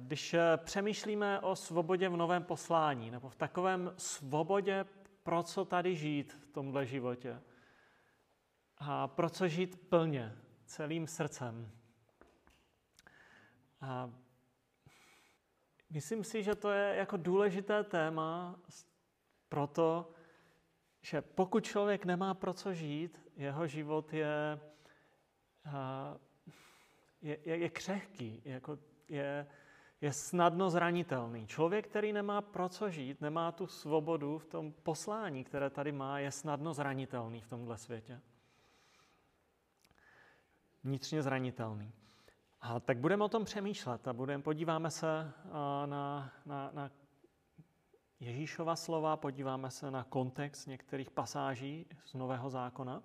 Když přemýšlíme o svobodě v novém poslání, nebo v takovém svobodě, pro co tady žít v tomhle životě, a pro co žít plně, celým srdcem. A myslím si, že to je jako důležité téma, proto, že pokud člověk nemá pro co žít, jeho život je křehký, je snadno zranitelný. Člověk, který nemá pro co žít, nemá tu svobodu v tom poslání, které tady má, je snadno zranitelný v tomhle světě. Vnitřně zranitelný. A tak budeme o tom přemýšlet a podíváme se na Ježíšova slova, podíváme se na kontext některých pasáží z Nového zákona.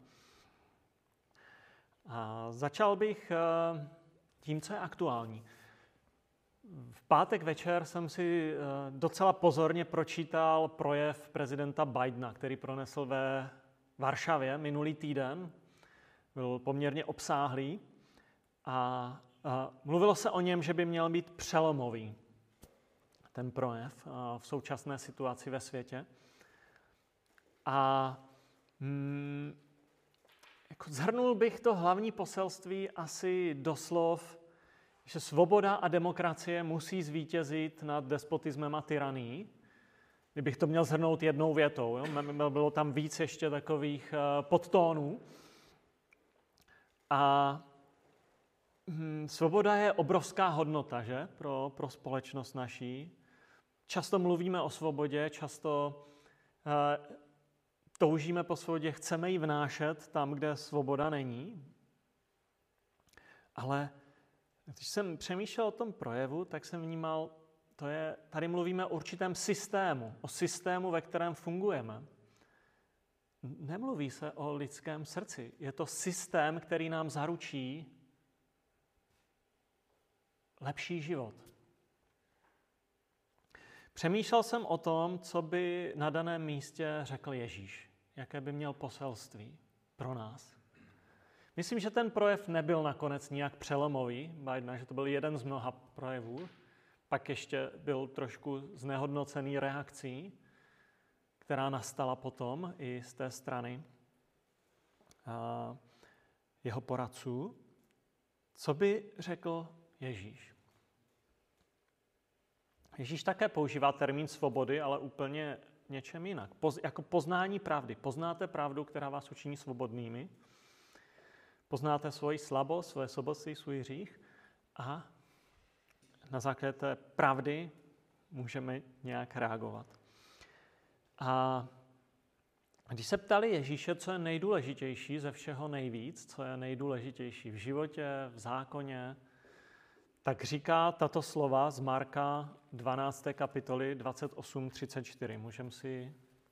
A začal bych tím, co je aktuální. V pátek večer jsem si docela pozorně pročítal projev prezidenta Bidena, který pronesl ve Varšavě minulý týden. Byl poměrně obsáhlý a mluvilo se o něm, že by měl být přelomový, ten projev v současné situaci ve světě. A jako zhrnul bych to hlavní poselství asi doslov, že svoboda a demokracie musí zvítězit nad despotismem a tyranií. Kdybych to měl zhrnout jednou větou, jo? Bylo tam víc ještě takových podtónů. A svoboda je obrovská hodnota, že? Pro společnost naší. Často mluvíme o svobodě, často toužíme po svobodě, chceme ji vnášet tam, kde svoboda není. Ale když jsem přemýšlel o tom projevu, tak jsem vnímal, tady mluvíme o určitém systému, o systému, ve kterém fungujeme. Nemluví se o lidském srdci. Je to systém, který nám zaručí lepší život. Přemýšlel jsem o tom, co by na daném místě řekl Ježíš. Jaké by měl poselství pro nás. Myslím, že ten projev nebyl nakonec nijak přelomový, Bidena, že to byl jeden z mnoha projevů. Pak ještě byl trošku znehodnocený reakcí, která nastala potom i z té strany jeho poradců. Co by řekl Ježíš? Ježíš také používá termín svobody, ale úplně něčem jinak. Jako poznání pravdy. Poznáte pravdu, která vás učiní svobodnými. Poznáte svoji slabost, svoje sobotství, svůj hřích a na základě té pravdy můžeme nějak reagovat. A když se ptali Ježíše, co je nejdůležitější ze všeho nejvíc, co je nejdůležitější v životě, v zákoně, tak říká tato slova z Marka 12. kapitoly 28-34. Můžeme si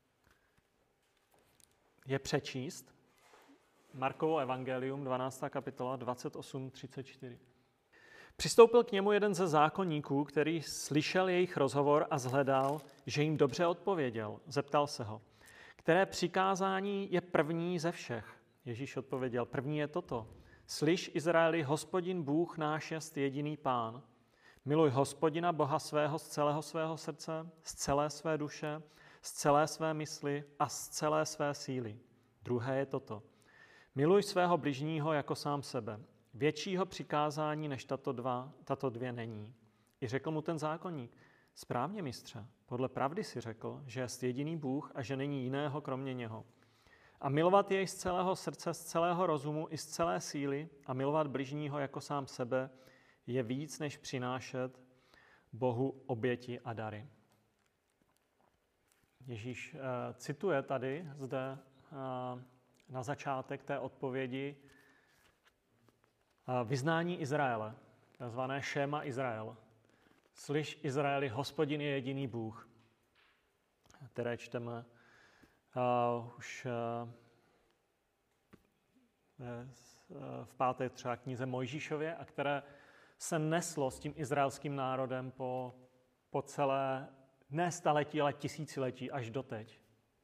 je přečíst. Markovo evangelium, 12. kapitola 28-34. Přistoupil k němu jeden ze zákonníků, který slyšel jejich rozhovor a shledal, že jim dobře odpověděl. Zeptal se ho, které přikázání je první ze všech? Ježíš odpověděl, první je toto. Slyš, Izraeli, Hospodin Bůh náš jest jediný Pán. Miluj Hospodina Boha svého z celého svého srdce, z celé své duše, z celé své mysli a z celé své síly. Druhé je toto. Miluj svého bližního jako sám sebe. Většího přikázání než tato dvě není. I řekl mu ten zákonník, správně, mistře, podle pravdy si řekl, že jest jediný Bůh a že není jiného kromě něho. A milovat jej z celého srdce, z celého rozumu i z celé síly a milovat bližního jako sám sebe je víc, než přinášet Bohu oběti a dary. Ježíš cituje tady zde na začátek té odpovědi vyznání Izraele, takzvané šéma Izrael. Slyš, Izraeli, Hospodin je jediný Bůh, které čteme už v páté třeba knize Mojžíšově a které se neslo s tím izraelským národem po celé, ne staletí, ale tisíciletí až doteď.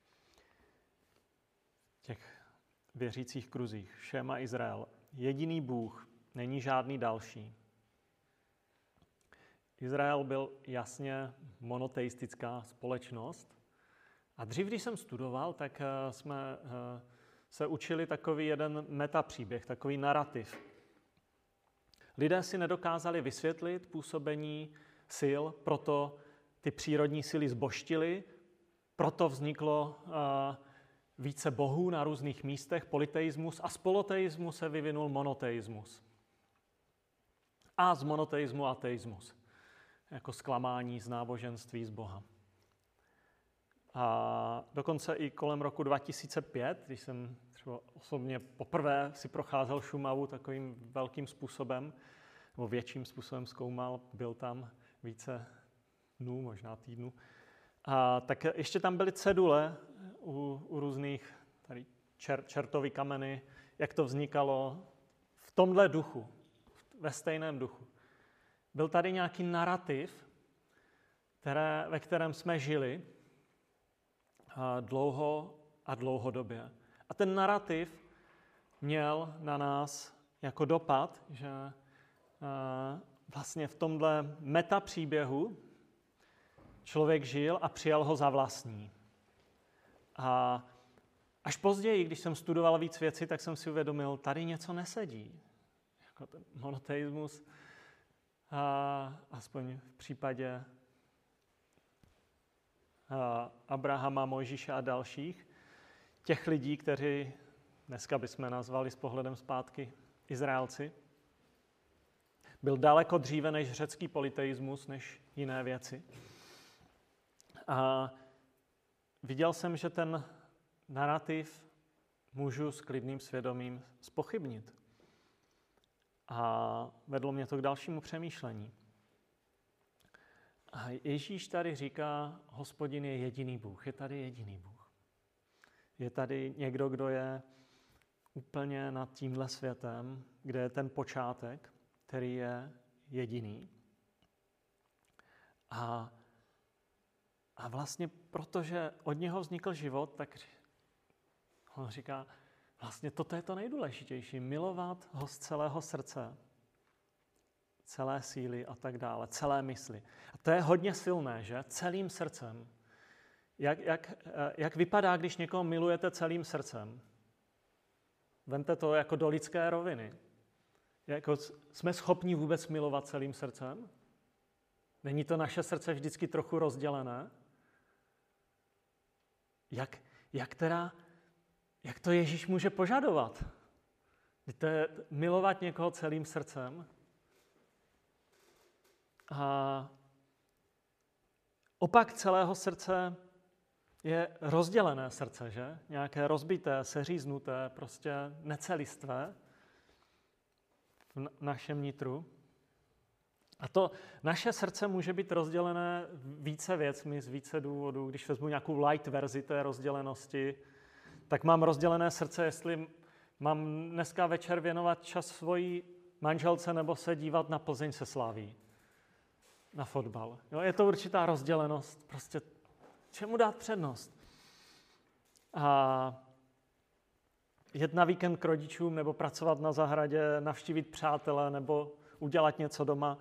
V těch věřících kruzích. Šéma Izrael. Jediný Bůh, není žádný další. Izrael byl jasně monoteistická společnost. A dřív, když jsem studoval, tak jsme se učili takový jeden metapříběh, takový narrativ. Lidé si nedokázali vysvětlit působení sil, proto ty přírodní síly zbožtily, proto vzniklo více bohů na různých místech, polyteismus, a z polyteismu se vyvinul monoteismus. A z monoteismu ateismus, jako zklamání z náboženství, z Boha. A dokonce i kolem roku 2005, když jsem třeba osobně poprvé si procházel Šumavu takovým velkým způsobem, nebo větším způsobem zkoumal, byl tam více dnů, možná týdnů, a tak ještě tam byly cedule u různých tady čertovy kameny, jak to vznikalo v tomhle duchu, ve stejném duchu. Byl tady nějaký narrativ, ve kterém jsme žili dlouho a dlouhodobě. A ten narrativ měl na nás jako dopad, že vlastně v tomhle metapříběhu člověk žil a přijal ho za vlastní. A až později, když jsem studoval víc věcí, tak jsem si uvědomil, tady něco nesedí. Jako ten monoteismus, aspoň v případě Abrahama, Mojžíše a dalších, těch lidí, kteří dneska bychom nazvali s pohledem zpátky Izraelci, byl daleko dříve než řecký polyteismus, než jiné věci. A viděl jsem, že ten narrativ můžu s klidným svědomím zpochybnit. A vedlo mě to k dalšímu přemýšlení. A Ježíš tady říká, Hospodin je jediný Bůh, je tady jediný Bůh. Je tady někdo, kdo je úplně nad tímhle světem, kde je ten počátek, který je jediný. A vlastně protože od něho vznikl život, tak on říká, vlastně toto je to nejdůležitější, milovat ho z celého srdce, celé síly a tak dále, celé mysli. A to je hodně silné, že? Celým srdcem. Jak vypadá, když někoho milujete celým srdcem? Vemte to jako do lidské roviny. Jako jsme schopni vůbec milovat celým srdcem? Není to naše srdce vždycky trochu rozdělené? Jak to Ježíš může požadovat? To je milovat někoho celým srdcem? A opak celého srdce je rozdělené srdce, že? Nějaké rozbité, seříznuté, prostě necelistvé v našem nitru. A to naše srdce může být rozdělené více věcmi z více důvodů. Když vezmu nějakou light verzi té rozdělenosti, tak mám rozdělené srdce, jestli mám dneska večer věnovat čas svojí manželce nebo se dívat na Plzeň se Slaví, na fotbal. Jo, je to určitá rozdělenost. Prostě čemu dát přednost? A jet na víkend k rodičům nebo pracovat na zahradě, navštívit přátele nebo udělat něco doma.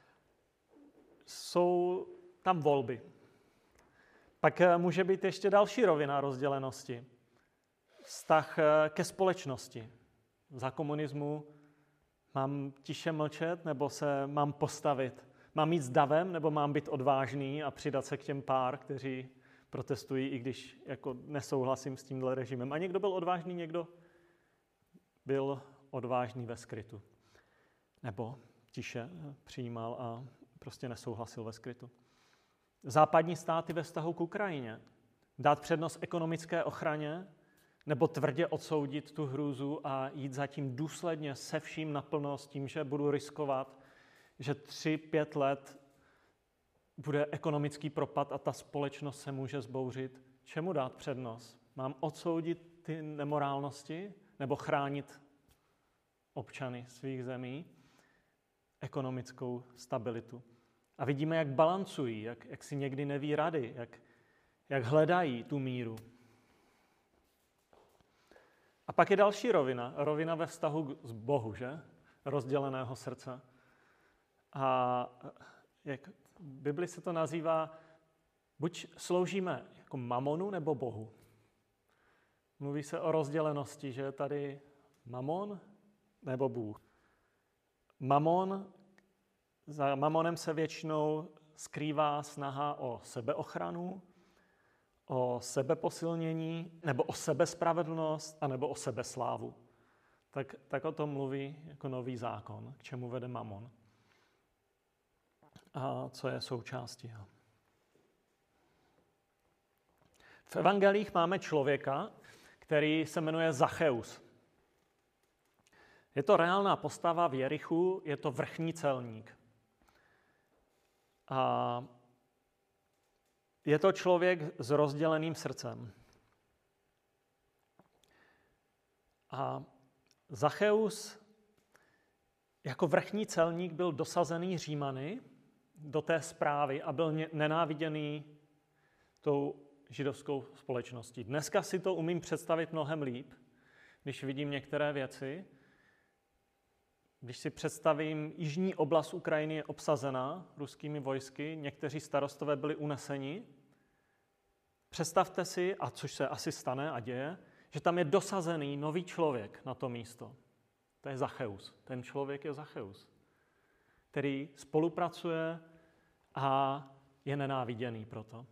Jsou tam volby. Pak může být ještě další rovina rozdělenosti. Vztah ke společnosti. Za komunismu mám tiše mlčet nebo se mám postavit? Mám jít s davem nebo mám být odvážný a přidat se k těm pár, kteří protestují, i když jako nesouhlasím s tímhle režimem? A někdo byl odvážný, někdo byl odvážný ve skrytu. Nebo tiše přijímal a prostě nesouhlasil ve skrytu. Západní státy ve vztahu k Ukrajině. Dát přednost ekonomické ochraně nebo tvrdě odsoudit tu hrůzu a jít zatím důsledně se vším naplno s tím, že budu riskovat, že 3-5 let bude ekonomický propad a ta společnost se může zbouřit. Čemu dát přednost? Mám odsoudit ty nemorálnosti nebo chránit občany svých zemí, ekonomickou stabilitu? A vidíme, jak balancují, jak si někdy neví rady, jak hledají tu míru. A pak je další rovina ve vztahu k Bohu, že? Rozděleného srdce. A v Bibli se to nazývá, buď sloužíme jako mamonu nebo Bohu. Mluví se o rozdělenosti, že je tady mamon nebo Bůh. Za mamonem se většinou skrývá snaha o sebeochranu, o sebeposilnění, nebo o sebespravedlnost, anebo o sebeslávu. Tak o tom mluví jako Nový zákon, k čemu vede mamon. A co je součástí. V evangelích máme člověka, který se jmenuje Zacheus. Je to reálná postava v Jerichu, je to vrchní celník. A je to člověk s rozděleným srdcem. A Zacheus jako vrchní celník byl dosazený Římany do té správy a byl nenáviděný tou židovskou společností. Dneska si to umím představit mnohem líp, když vidím některé věci. Když si představím, jižní oblast Ukrajiny je obsazena ruskými vojsky, někteří starostové byli uneseni. Představte si, a což se asi stane a děje, že tam je dosazený nový člověk na to místo. To je Zacheus. Ten člověk je Zacheus, který spolupracuje a je nenáviděný proto.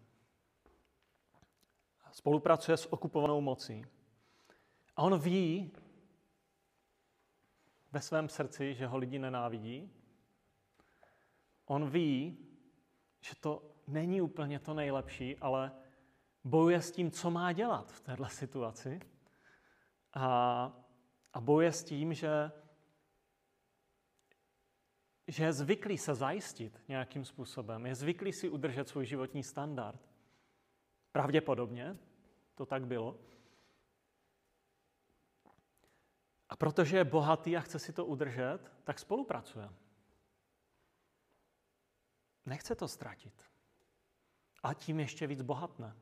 Spolupracuje s okupovanou mocí. A on ví ve svém srdci, že ho lidi nenávidí. On ví, že to není úplně to nejlepší, ale bojuje s tím, co má dělat v této situaci. A bojuje s tím, že je zvyklý se zajistit nějakým způsobem. Je zvyklý si udržet svůj životní standard. Pravděpodobně to tak bylo. A protože je bohatý a chce si to udržet, tak spolupracuje. Nechce to ztratit. A tím ještě víc bohatne.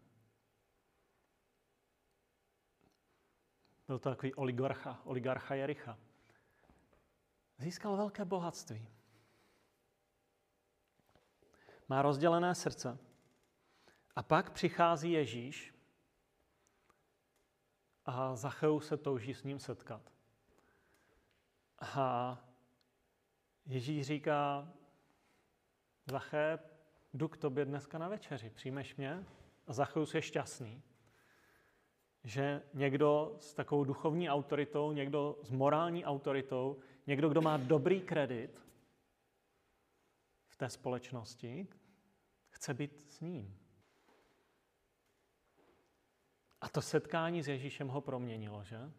Byl to takový oligarcha Jericha. Získal velké bohatství. Má rozdělené srdce. A pak přichází Ježíš a Zacheus se touží s ním setkat. A Ježíš říká, Zaché, jdu k tobě dneska na večeři, přijmeš mě? A Zacheus je šťastný, že někdo s takovou duchovní autoritou, někdo s morální autoritou, někdo, kdo má dobrý kredit v té společnosti, chce být s ním. A to setkání s Ježíšem ho proměnilo, že?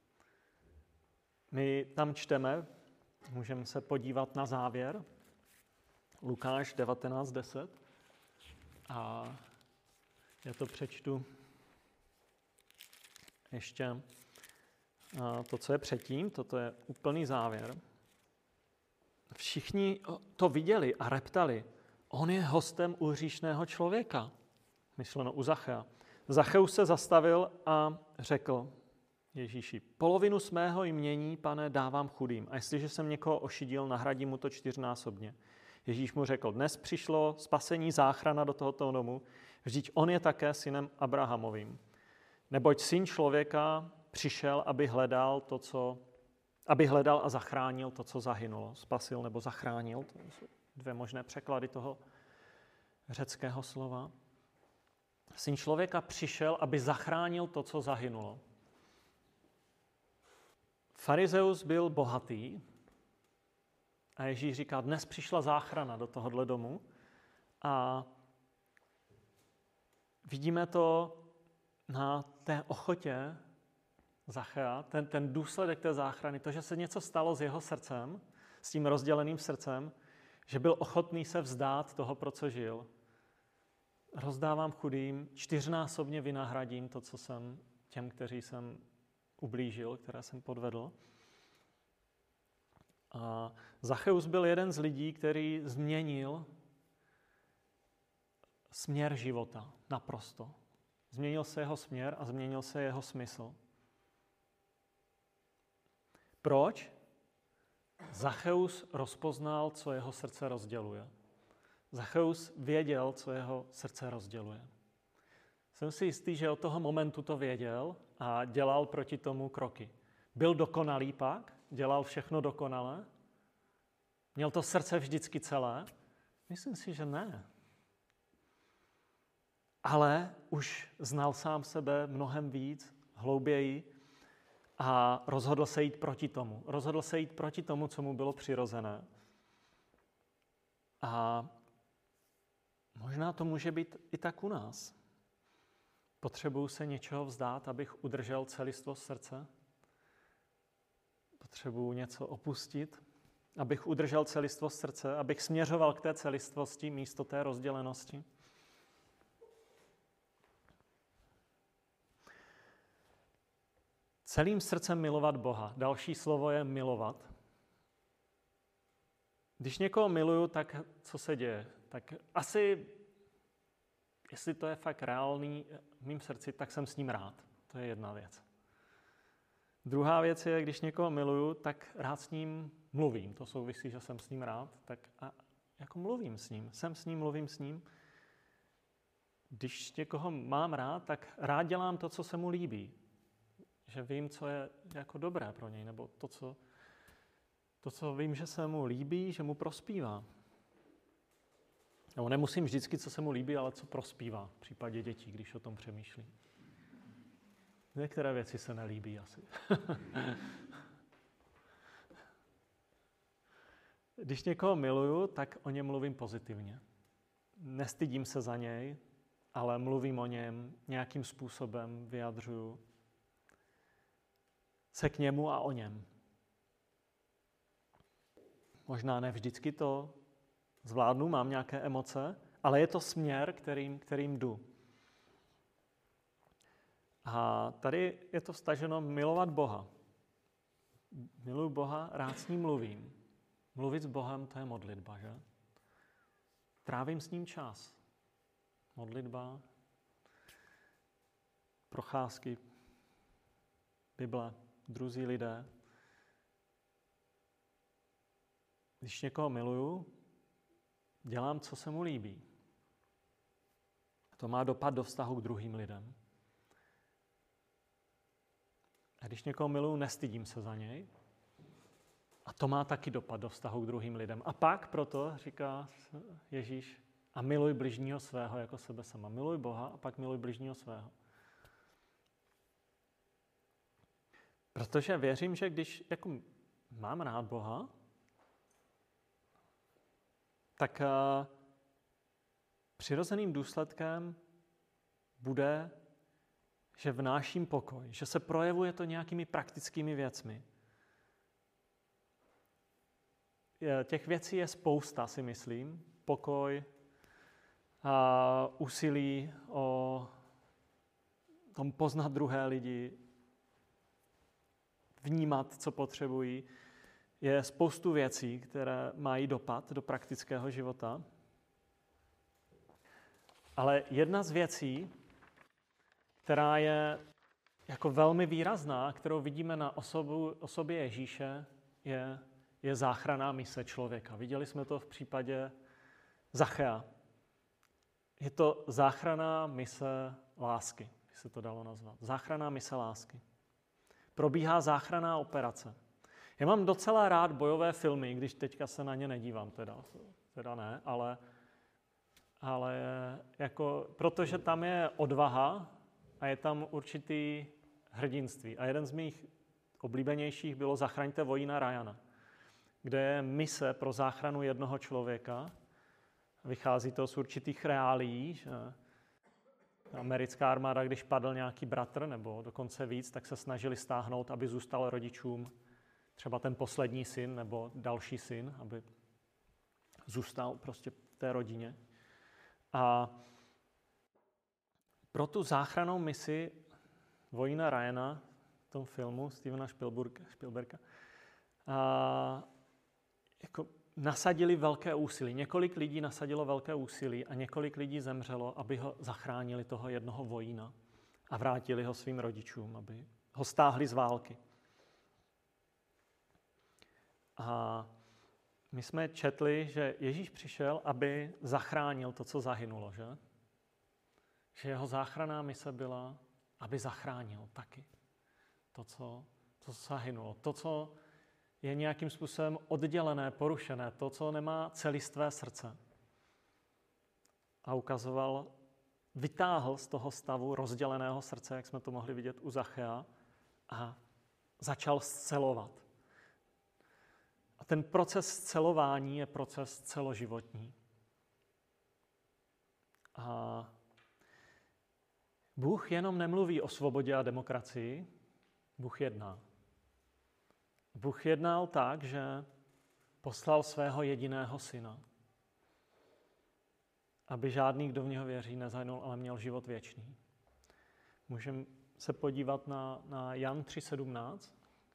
My tam čteme, můžeme se podívat na závěr, Lukáš 19:10. A já to přečtu ještě to, co je předtím, toto je úplný závěr. Všichni to viděli a reptali, on je hostem u hříšného člověka, myšleno u Zachea. Zacheus se zastavil a řekl Ježíši, polovinu z mého jmění, pane, dávám chudým. A jestliže jsem někoho ošidil, nahradím mu to 4násobně. Ježíš mu řekl, dnes přišlo spasení záchrana do tohoto domu, vždyť on je také synem Abrahamovým. Neboť syn člověka přišel, aby hledal a zachránil to, co zahynulo. Spasil nebo zachránil, to jsou dvě možné překlady toho řeckého slova. Syn člověka přišel, aby zachránil to, co zahynulo. Farizeus byl bohatý a Ježíš říká, dnes přišla záchrana do tohohle domu a vidíme to na té ochotě Zachea, ten důsledek té záchrany, to, že se něco stalo s jeho srdcem, s tím rozděleným srdcem, že byl ochotný se vzdát toho, pro co žil. Rozdávám chudým, 4násobně vynahradím to, co jsem těm, kteří jsem ublížil, které jsem podvedl. A Zacheus byl jeden z lidí, který změnil směr života naprosto. Změnil se jeho směr a změnil se jeho smysl. Proč? Zacheus rozpoznal, co jeho srdce rozděluje. Zacheus věděl, co jeho srdce rozděluje. Jsem si jistý, že od toho momentu to věděl a dělal proti tomu kroky. Byl dokonalý pak, dělal všechno dokonale, měl to srdce vždycky celé? Myslím si, že ne. Ale už znal sám sebe mnohem víc, hlouběji a rozhodl se jít proti tomu. Rozhodl se jít proti tomu, co mu bylo přirozené. A možná to může být i tak u nás. Potřebuju se něčeho vzdát, abych udržel celistvost srdce? Potřebuju něco opustit, abych udržel celistvost srdce, abych směřoval k té celistvosti místo té rozdělenosti? Celým srdcem milovat Boha. Další slovo je milovat. Když někoho miluju, tak co se děje? Tak asi, jestli to je fakt reálný v mým srdci, tak jsem s ním rád. To je jedna věc. Druhá věc je, když někoho miluju, tak rád s ním mluvím. To souvisí, že jsem s ním rád, tak a jako mluvím s ním. Jsem s ním, mluvím s ním. Když někoho mám rád, tak rád dělám to, co se mu líbí. Že vím, co je jako dobré pro něj, nebo to, co vím, že se mu líbí, že mu prospívá. Nebo nemusím vždycky, co se mu líbí, ale co prospívá v případě dětí, když o tom přemýšlím. Některé věci se nelíbí asi. Když někoho miluju, tak o něm mluvím pozitivně. Nestydím se za něj, ale mluvím o něm, nějakým způsobem vyjadřuju se k němu a o něm. Možná ne vždycky to zvládnu, mám nějaké emoce, ale je to směr, kterým jdu. A tady je to vztaženo milovat Boha. Miluji Boha, rád s ním mluvím. Mluvit s Bohem, to je modlitba, že? Trávím s ním čas. Modlitba, procházky, Bible, druzí lidé. Když někoho miluju, dělám, co se mu líbí. To má dopad do vztahu k druhým lidem. A když někoho miluju, nestydím se za něj. A to má taky dopad do vztahu k druhým lidem. A pak proto říká Ježíš, a miluj bližního svého jako sebe sama. Miluj Boha a pak miluj bližního svého. Protože věřím, že když jako mám rád Boha, tak přirozeným důsledkem bude, že vnáším pokoj, že se projevuje to nějakými praktickými věcmi. Těch věcí je spousta, si myslím. Pokoj, a úsilí o tom poznat druhé lidi, vnímat, co potřebují. Je spoustu věcí, které mají dopad do praktického života. Ale jedna z věcí, která je jako velmi výrazná, kterou vidíme na osobě Ježíše, je záchranná mise člověka. Viděli jsme to v případě Zachea. Je to záchranná mise lásky, by se to dalo nazvat. Záchranná mise lásky. Probíhá záchranná operace. Já mám docela rád bojové filmy, když teďka se na ně nedívám, teda ne, ale jako, protože tam je odvaha a je tam určitý hrdinství. A jeden z mých oblíbenějších bylo Zachraňte vojína Ryana, kde je mise pro záchranu jednoho člověka. Vychází to z určitých reálií, že americká armáda, když padl nějaký bratr, nebo dokonce víc, tak se snažili stáhnout, aby zůstal rodičům třeba ten poslední syn nebo další syn, aby zůstal prostě v té rodině. A pro tu záchrannou misi vojína Ryana v tom filmu Stevena Spielberga jako nasadili velké úsilí. Několik lidí nasadilo velké úsilí a několik lidí zemřelo, aby ho zachránili, toho jednoho vojína, a vrátili ho svým rodičům, aby ho stáhli z války. A My jsme četli, že Ježíš přišel, aby zachránil to, co zahynulo, že? Že jeho záchranná mise byla, aby zachránil taky to, co zahynulo. To, co je nějakým způsobem oddělené, porušené, to, co nemá celistvé srdce. A vytáhl z toho stavu rozděleného srdce, jak jsme to mohli vidět u Zachea, a začal scelovat. A ten proces scelování je proces celoživotní. A Bůh jenom nemluví o svobodě a demokracii, Bůh jedná. Bůh jednal tak, že poslal svého jediného syna, aby žádný, kdo v něho věří, nezahynul, ale měl život věčný. Můžeme se podívat na Jan 3,17,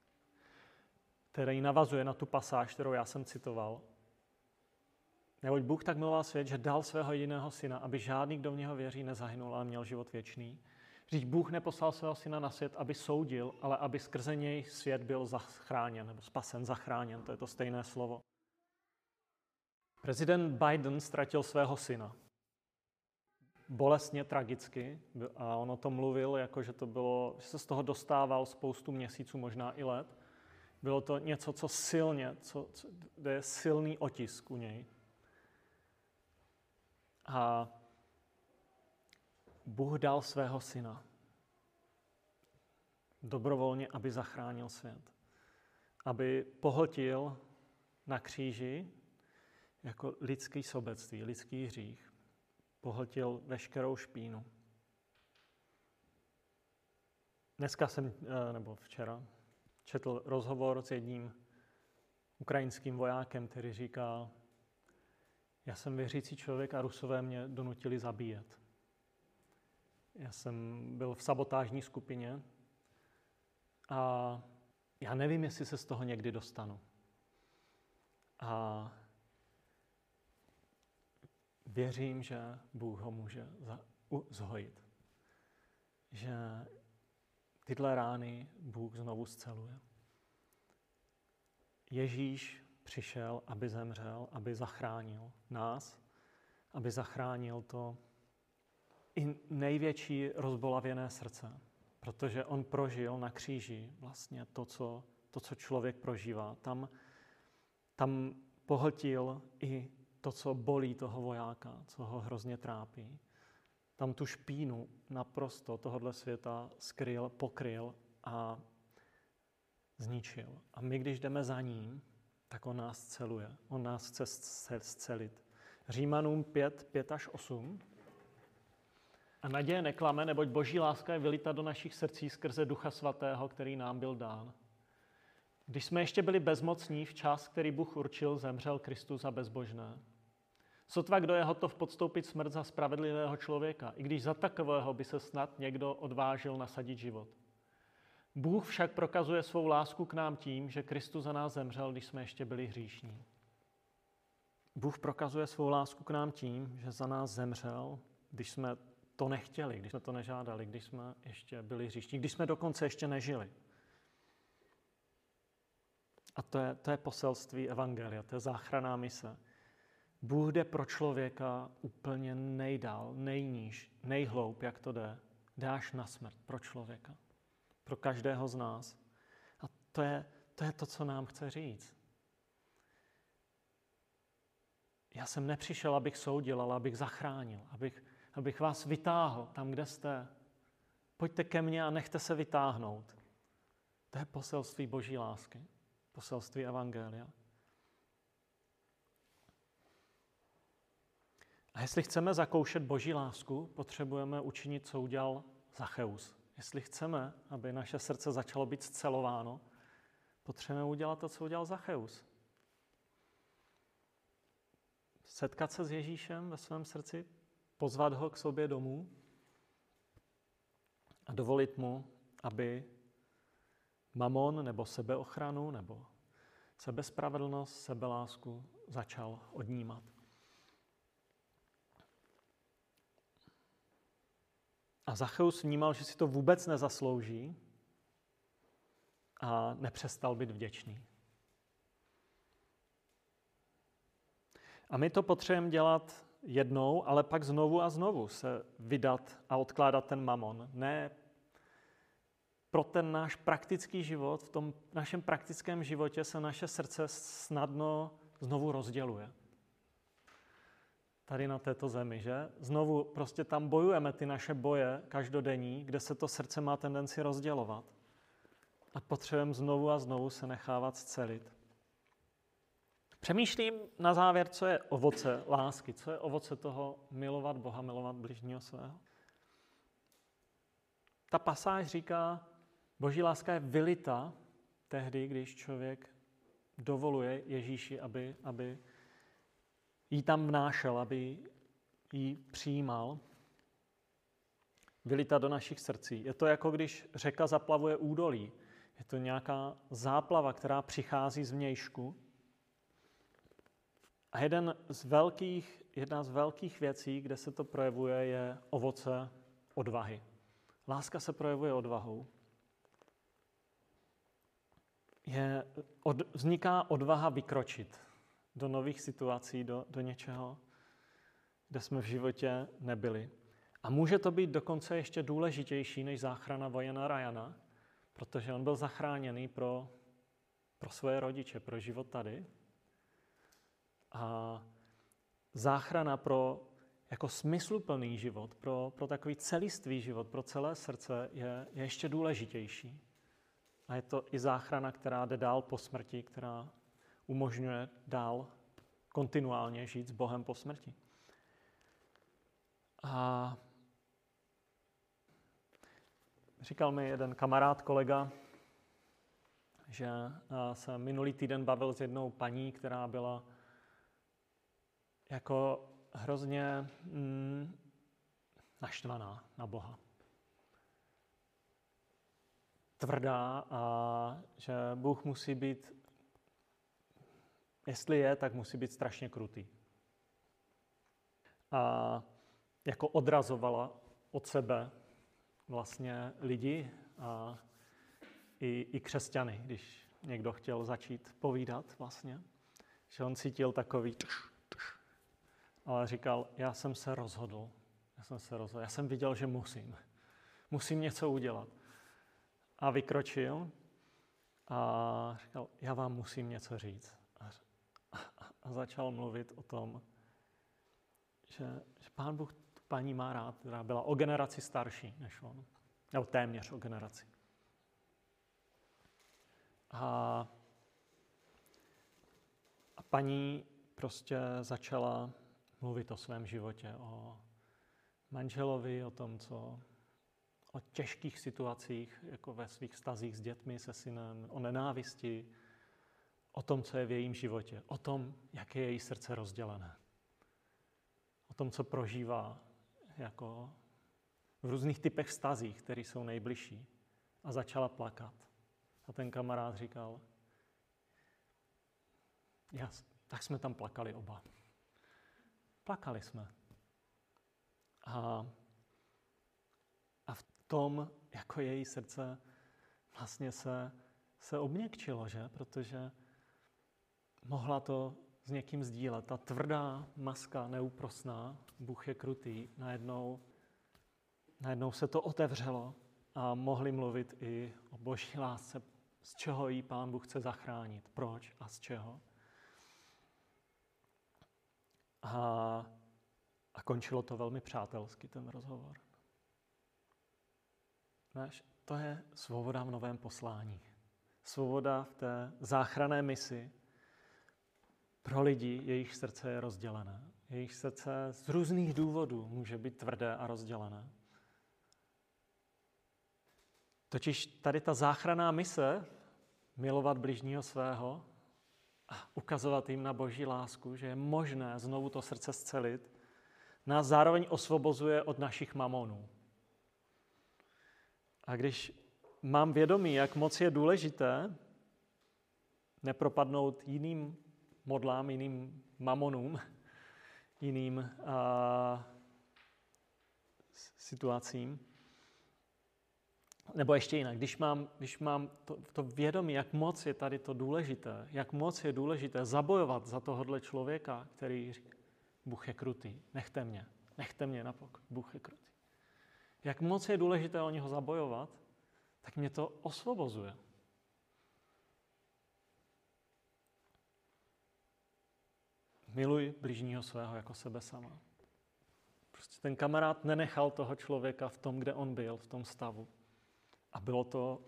který navazuje na tu pasáž, kterou já jsem citoval. Neboť Bůh tak miloval svět, že dal svého jediného syna, aby žádný, kdo v něho věří, nezahynul, ale měl život věčný. Vždyť Bůh neposlal svého syna na svět, aby soudil, ale aby skrze něj svět byl zachráněn, nebo spasen, zachráněn, to je to stejné slovo. Prezident Biden ztratil svého syna. Bolestně, tragicky, a on o tom mluvil, jako že že se z toho dostával spoustu měsíců, možná i let. Bylo to něco, co silně, kde je silný otisk u něj. A Bůh dal svého syna dobrovolně, aby zachránil svět. Aby pohltil na kříži jako lidský sobectví, lidský hřích. Pohltil veškerou špínu. Dneska nebo včera, četl rozhovor s jedním ukrajinským vojákem, který říkal: já jsem věřící člověk a Rusové mě donutili zabíjet. Já jsem byl v sabotážní skupině a já nevím, jestli se z toho někdy dostanu. A věřím, že Bůh ho může zhojit. Že tyhle rány Bůh znovu sceluje. Ježíš přišel, aby zemřel, aby zachránil nás, aby zachránil to i největší rozbolavěné srdce, protože on prožil na kříži vlastně to, co člověk prožívá. Tam pohltil i to, co bolí toho vojáka, co ho hrozně trápí. Tam tu špínu naprosto tohohle světa skryl, pokryl a zničil. A my, když jdeme za ním, tak on nás celuje. On nás chce scelit. Římanům 5:5-8. A naděje neklame, neboť boží láska je vylita do našich srdcí skrze Ducha Svatého, který nám byl dán. Když jsme ještě byli bezmocní, v čas, který Bůh určil, zemřel Kristus za bezbožné. Sotva kdo je hotov podstoupit smrt za spravedlivého člověka, i když za takového by se snad někdo odvážil nasadit život. Bůh však prokazuje svou lásku k nám tím, že Kristus za nás zemřel, když jsme ještě byli hříšní. Bůh prokazuje svou lásku k nám tím, že za nás zemřel, když jsme to nechtěli, když jsme to nežádali, když jsme ještě byli hříšní, když jsme dokonce ještě nežili. A to je poselství evangelia, to je záchranná mise. Bůh jde pro člověka úplně nejdál, nejníž, nejhloub, jak to jde. Jde až na smrt pro člověka. Pro každého z nás. A to je to, co nám chce říct. Já jsem nepřišel, abych soudil, ale abych zachránil, abych vás vytáhl tam, kde jste. Pojďte ke mně a nechte se vytáhnout. To je poselství boží lásky, poselství evangelia. A jestli chceme zakoušet boží lásku, potřebujeme učinit, co udělal Zacheus. Jestli chceme, aby naše srdce začalo být scelováno, potřebujeme udělat to, co udělal Zacheus. Setkat se s Ježíšem ve svém srdci, pozvat ho k sobě domů a dovolit mu, aby mamon nebo sebeochranu nebo sebespravedlnost, sebelásku začal odnímat. A Zacheus vnímal, že si to vůbec nezaslouží a nepřestal být vděčný. A my to potřebujeme dělat jednou, ale pak znovu a znovu se vydat a odkládat ten mamon. Ne pro ten náš praktický život, v tom našem praktickém životě se naše srdce snadno znovu rozděluje. Tady na této zemi, že? Znovu prostě tam bojujeme ty naše boje každodenní, kde se to srdce má tendenci rozdělovat. A potřebujeme znovu a znovu se nechávat scelit. Přemýšlím na závěr, co je ovoce lásky, co je ovoce toho milovat Boha, milovat bližního svého. Ta pasáž říká, Boží láska je vylita tehdy, když člověk dovoluje Ježíši, aby ji tam vnášel, aby ji přijímal. Vylita do našich srdcí. Je to jako když řeka zaplavuje údolí. Je to nějaká záplava, která přichází z vnějšku. A jedna z velkých věcí, kde se to projevuje, je ovoce odvahy. Láska se projevuje odvahou. Vzniká odvaha vykročit do nových situací, do něčeho, kde jsme v životě nebyli. A může to být dokonce ještě důležitější než záchrana vojena Ryana, protože on byl zachráněný pro svoje rodiče, pro život tady. A záchrana pro jako smysluplný život, pro takový celistvý život, pro celé srdce je ještě důležitější. A je to i záchrana, která jde dál po smrti, která umožňuje dál kontinuálně žít s Bohem po smrti. A říkal mi jeden kamarád, kolega, že se minulý týden bavil s jednou paní, která byla jako hrozně naštvaná na Boha. Tvrdá a že Bůh musí být, jestli je, tak musí být strašně krutý. A jako odrazovala od sebe vlastně lidi a i křesťany, když někdo chtěl začít povídat vlastně, že on cítil takový ale říkal, já jsem se rozhodl, já jsem viděl, že musím něco udělat. A vykročil a říkal, já vám musím něco říct. A začal mluvit o tom, že Pán Bůh tu paní má rád, která byla o generaci starší než on. Nebo téměř o generaci. A paní prostě začala mluvit o svém životě, o manželovi, o tom, o těžkých situacích, jako ve svých vztazích s dětmi, se synem, o nenávisti, o tom, co je v jejím životě, o tom, jak je její srdce rozdělené, o tom, co prožívá jako v různých typech vztazích, které jsou nejbližší. A začala plakat. A ten kamarád říkal, tak jsme tam plakali oba. Plakali jsme. A v tom, jako její srdce vlastně se obměkčilo, že? Protože mohla to s někým sdílet. Ta tvrdá maska, neúprosná, Bůh je krutý, najednou se to otevřelo a mohli mluvit i o Boží lásce, z čeho jí Pán Bůh chce zachránit, proč a z čeho. A končilo to velmi přátelsky, ten rozhovor. Víš, to je svoboda v novém poslání. Svoboda v té záchranné misi pro lidi, jejich srdce je rozdělené. Jejich srdce z různých důvodů může být tvrdé a rozdělené. Totiž tady ta záchranná mise, milovat bližního svého a ukazovat jim na Boží lásku, že je možné znovu to srdce scelit, nás zároveň osvobozuje od našich mamonů. A když mám vědomí, jak moc je důležité nepropadnout jiným modlám, jiným mamonům, jiným situacím, Nebo ještě jinak, když mám to vědomí, jak moc je tady to důležité, jak moc je důležité zabojovat za tohohle člověka, který říká, Bůh je krutý, nechte mě na pokoj, Bůh je krutý. Jak moc je důležité o něho zabojovat, tak mě to osvobozuje. Miluj bližního svého jako sebe sama. Prostě ten kamarád nenechal toho člověka v tom, kde on byl, v tom stavu. A bylo to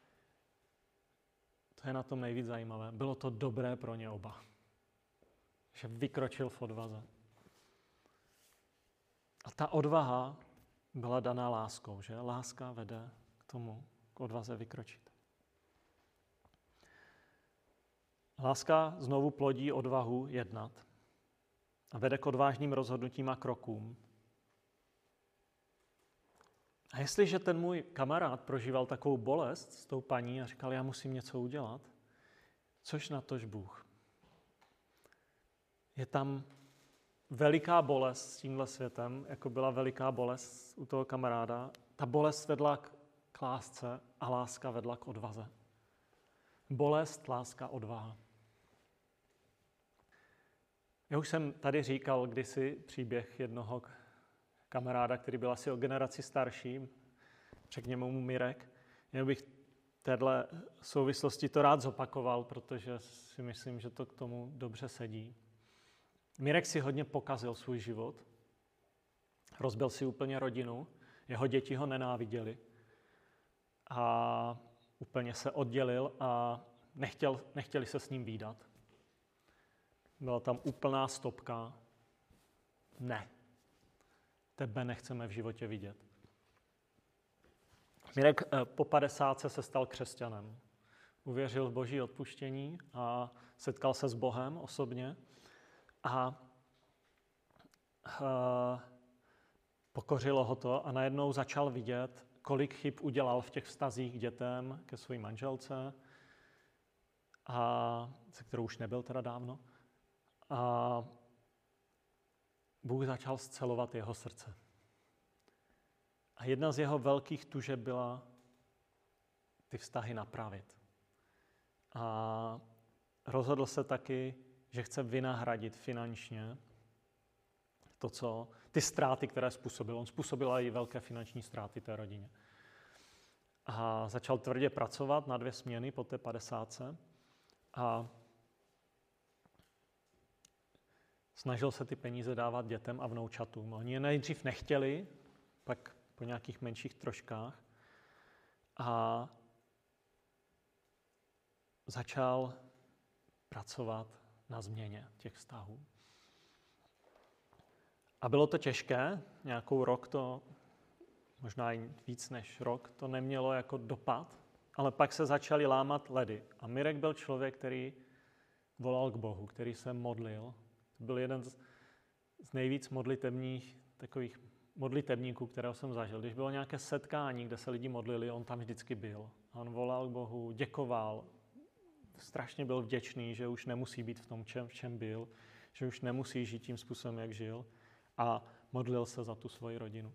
je na tom nejvíc zajímavé, bylo to dobré pro ně oba. Že vykročil v odvaze. A ta odvaha byla daná láskou, že? Láska vede k odvaze vykročit. Láska znovu plodí odvahu jednat a vede k odvážným rozhodnutím a krokům. A jestliže ten můj kamarád prožíval takovou bolest s tou paní a říkal, já musím něco udělat, což natož Bůh. Je tam veliká bolest s tímhle světem, jako byla veliká bolest u toho kamaráda. Ta bolest vedla k lásce a láska vedla k odvaze. Bolest, láska, odvaha. Já už jsem tady říkal kdysi příběh jednoho kamaráda, který byl asi o generaci starší, řekněme mu Mirek. Já bych v téhle souvislosti to rád zopakoval, protože si myslím, že to k tomu dobře sedí. Mirek si hodně pokazil svůj život, rozbil si úplně rodinu, jeho děti ho nenáviděli a úplně se oddělil a nechtěli se s ním vídat. Byla tam úplná stopka. Ne. Tebe nechceme v životě vidět. Mirek po 50 se stal křesťanem. Uvěřil v Boží odpuštění a setkal se s Bohem osobně a pokořilo ho to a najednou začal vidět, kolik chyb udělal v těch vztazích k dětem, ke své manželce, se kterou už nebyl teda dávno. A Bůh začal scelovat jeho srdce. A jedna z jeho velkých tužeb byla ty vztahy napravit. A rozhodl se taky, že chce vynahradit finančně ty ztráty, které způsobil. On způsobil i velké finanční ztráty té rodině. A začal tvrdě pracovat na 2 směny po té 50. A snažil se ty peníze dávat dětem a vnoučatům. Oni je nejdřív nechtěli, pak po nějakých menších troškách. A začal pracovat na změně těch vztahů. A bylo to těžké, nějakou rok možná i víc než rok, to nemělo jako dopad, ale pak se začaly lámat ledy. A Mirek byl člověk, který volal k Bohu, který se modlil. To byl jeden z nejvíc takových modlitebníků, kterého jsem zažil. Když bylo nějaké setkání, kde se lidi modlili, on tam vždycky byl. A on volal k Bohu, děkoval, strašně byl vděčný, že už nemusí být v tom, v čem byl, že už nemusí žít tím způsobem, jak žil. A modlil se za tu svoji rodinu.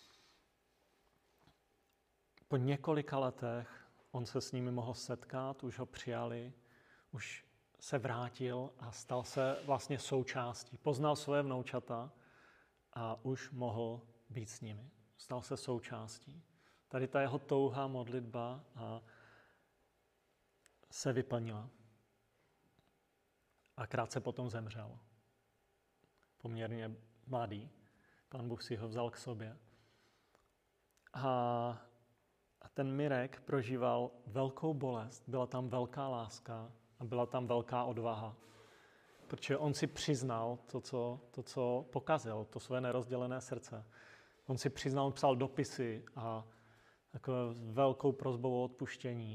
Po několika letech on se s nimi mohl setkat, už ho přijali, už se vrátil a stal se vlastně součástí. Poznal svoje vnoučata a už mohl být s nimi. Stal se součástí. Tady ta jeho touha, modlitba se vyplnila. A krátce potom zemřel. Poměrně mladý. Pán Bůh si ho vzal k sobě. A ten Mirek prožíval velkou bolest, byla tam velká láska a byla tam velká odvaha. Protože on si přiznal to, co pokazil, to své nerozdělené srdce. On si přiznal, on psal dopisy a takové velkou prosbou o odpuštění.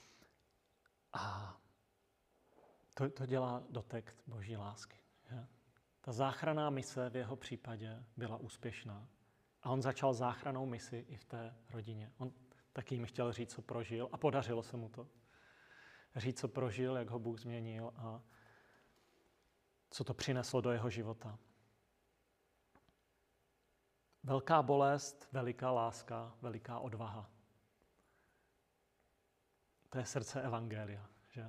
A to dělá dotek Boží lásky. Že? Ta záchranná mise v jeho případě byla úspěšná. A on začal záchrannou misi i v té rodině. On taky jim chtěl říct, co prožil a podařilo se mu to. Říct, co prožil, jak ho Bůh změnil a co to přineslo do jeho života. Velká bolest, veliká láska, veliká odvaha. to je srdce evangelia, že?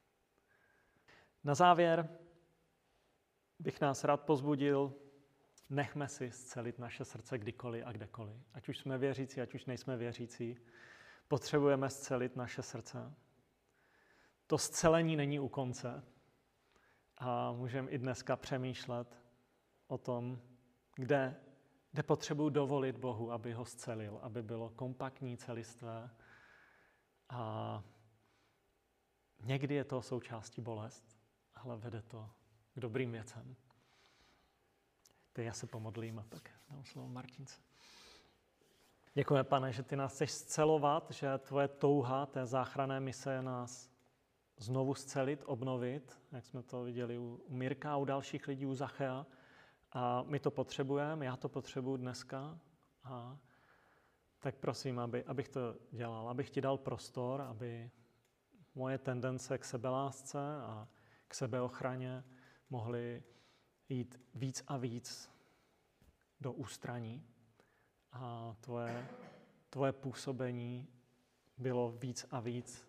Na závěr bych nás rád pozbudil, nechme si scelit naše srdce kdykoliv a kdekoliv. Ať už jsme věřící, ať už nejsme věřící, potřebujeme scelit naše srdce. To scelení není u konce a můžeme i dneska přemýšlet o tom, kde potřebuji dovolit Bohu, aby ho scelil, aby bylo kompaktní, celistvé. A někdy je to součástí bolest, ale vede to k dobrým věcem. Teď já se pomodlím a pak dám slovo Martince. Děkujeme, Pane, že ty nás chceš scelovat, že tvoje touha té záchranné mise je nás znovu scelit, obnovit, jak jsme to viděli u Mirka, u dalších lidí, u Zachea. A my to potřebujeme, já to potřebuju dneska. A tak prosím, abych to dělal, abych ti dal prostor, aby moje tendence k sebelásce a k sebeochraně mohly jít víc a víc do ústraní. A tvoje působení bylo víc a víc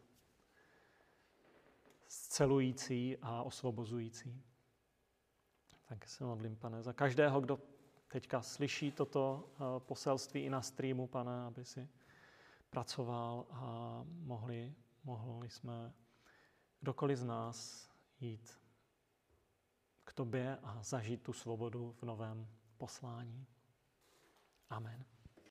scelující a osvobozující. Tak se modlím, Pane, za každého, kdo teďka slyší toto poselství i na streamu, Pane, aby si pracoval a mohli jsme kdokoliv z nás jít k tobě a zažít tu svobodu v novém poslání. Amen.